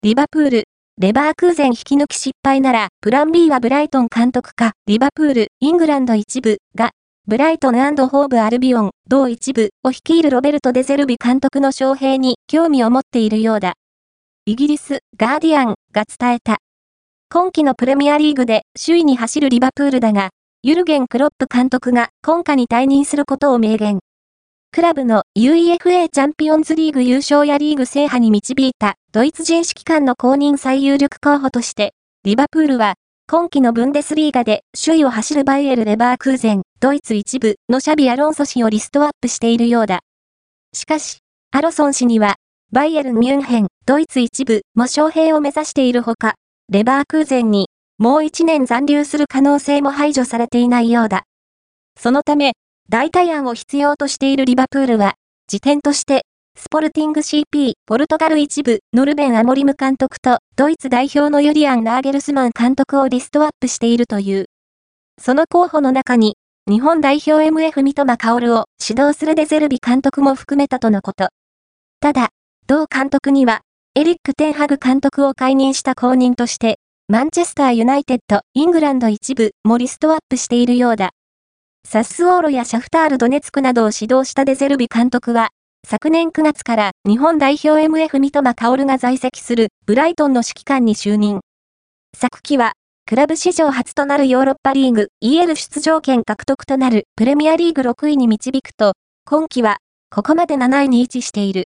リバプール、レバークーゼン引き抜き失敗なら、プラン B はブライトン監督か、リバプール、イングランド一部が、ブライトン&ホーブアルビオン、同一部を率いるロベルト・デゼルビ監督の招聘に興味を持っているようだ。イギリス、ガーディアンが伝えた。今季のプレミアリーグで首位に走るリバプールだが、ユルゲン・クロップ監督が今夏に退任することを明言。クラブの UEFA チャンピオンズリーグ優勝やリーグ制覇に導いたドイツ人指揮官の公認最有力候補として、リバプールは今季のブンデスリーガで首位を走るバイエル・レバークーゼン、ドイツ一部のシャビ・アロンソ氏をリストアップしているようだ。しかし、アロソン氏には、バイエルン・ミュンヘン、ドイツ一部も招聘を目指しているほか、レバークーゼンにもう1年残留する可能性も排除されていないようだ。そのため、代替案を必要としているリバプールは、次点として、スポルティング CP、ポルトガル一部、ノルベン・アモリム監督と、ドイツ代表のユリアン・ナーゲルスマン監督をリストアップしているという。その候補の中に、日本代表 MF 三笘薫を指導するデゼルビ監督も含めたとのこと。ただ、同監督には、エリック・テンハグ監督を解任した後任として、マンチェスター・ユナイテッド、イングランド一部もリストアップしているようだ。サッスオーロやシャフタール・ドネツクなどを指導したデゼルビ監督は、昨年9月から日本代表 MF 三笘薫が在籍するブライトンの指揮官に就任。昨季は、クラブ史上初となるヨーロッパリーグ EL 出場権獲得となるプレミアリーグ6位に導くと、今季はここまで7位に位置している。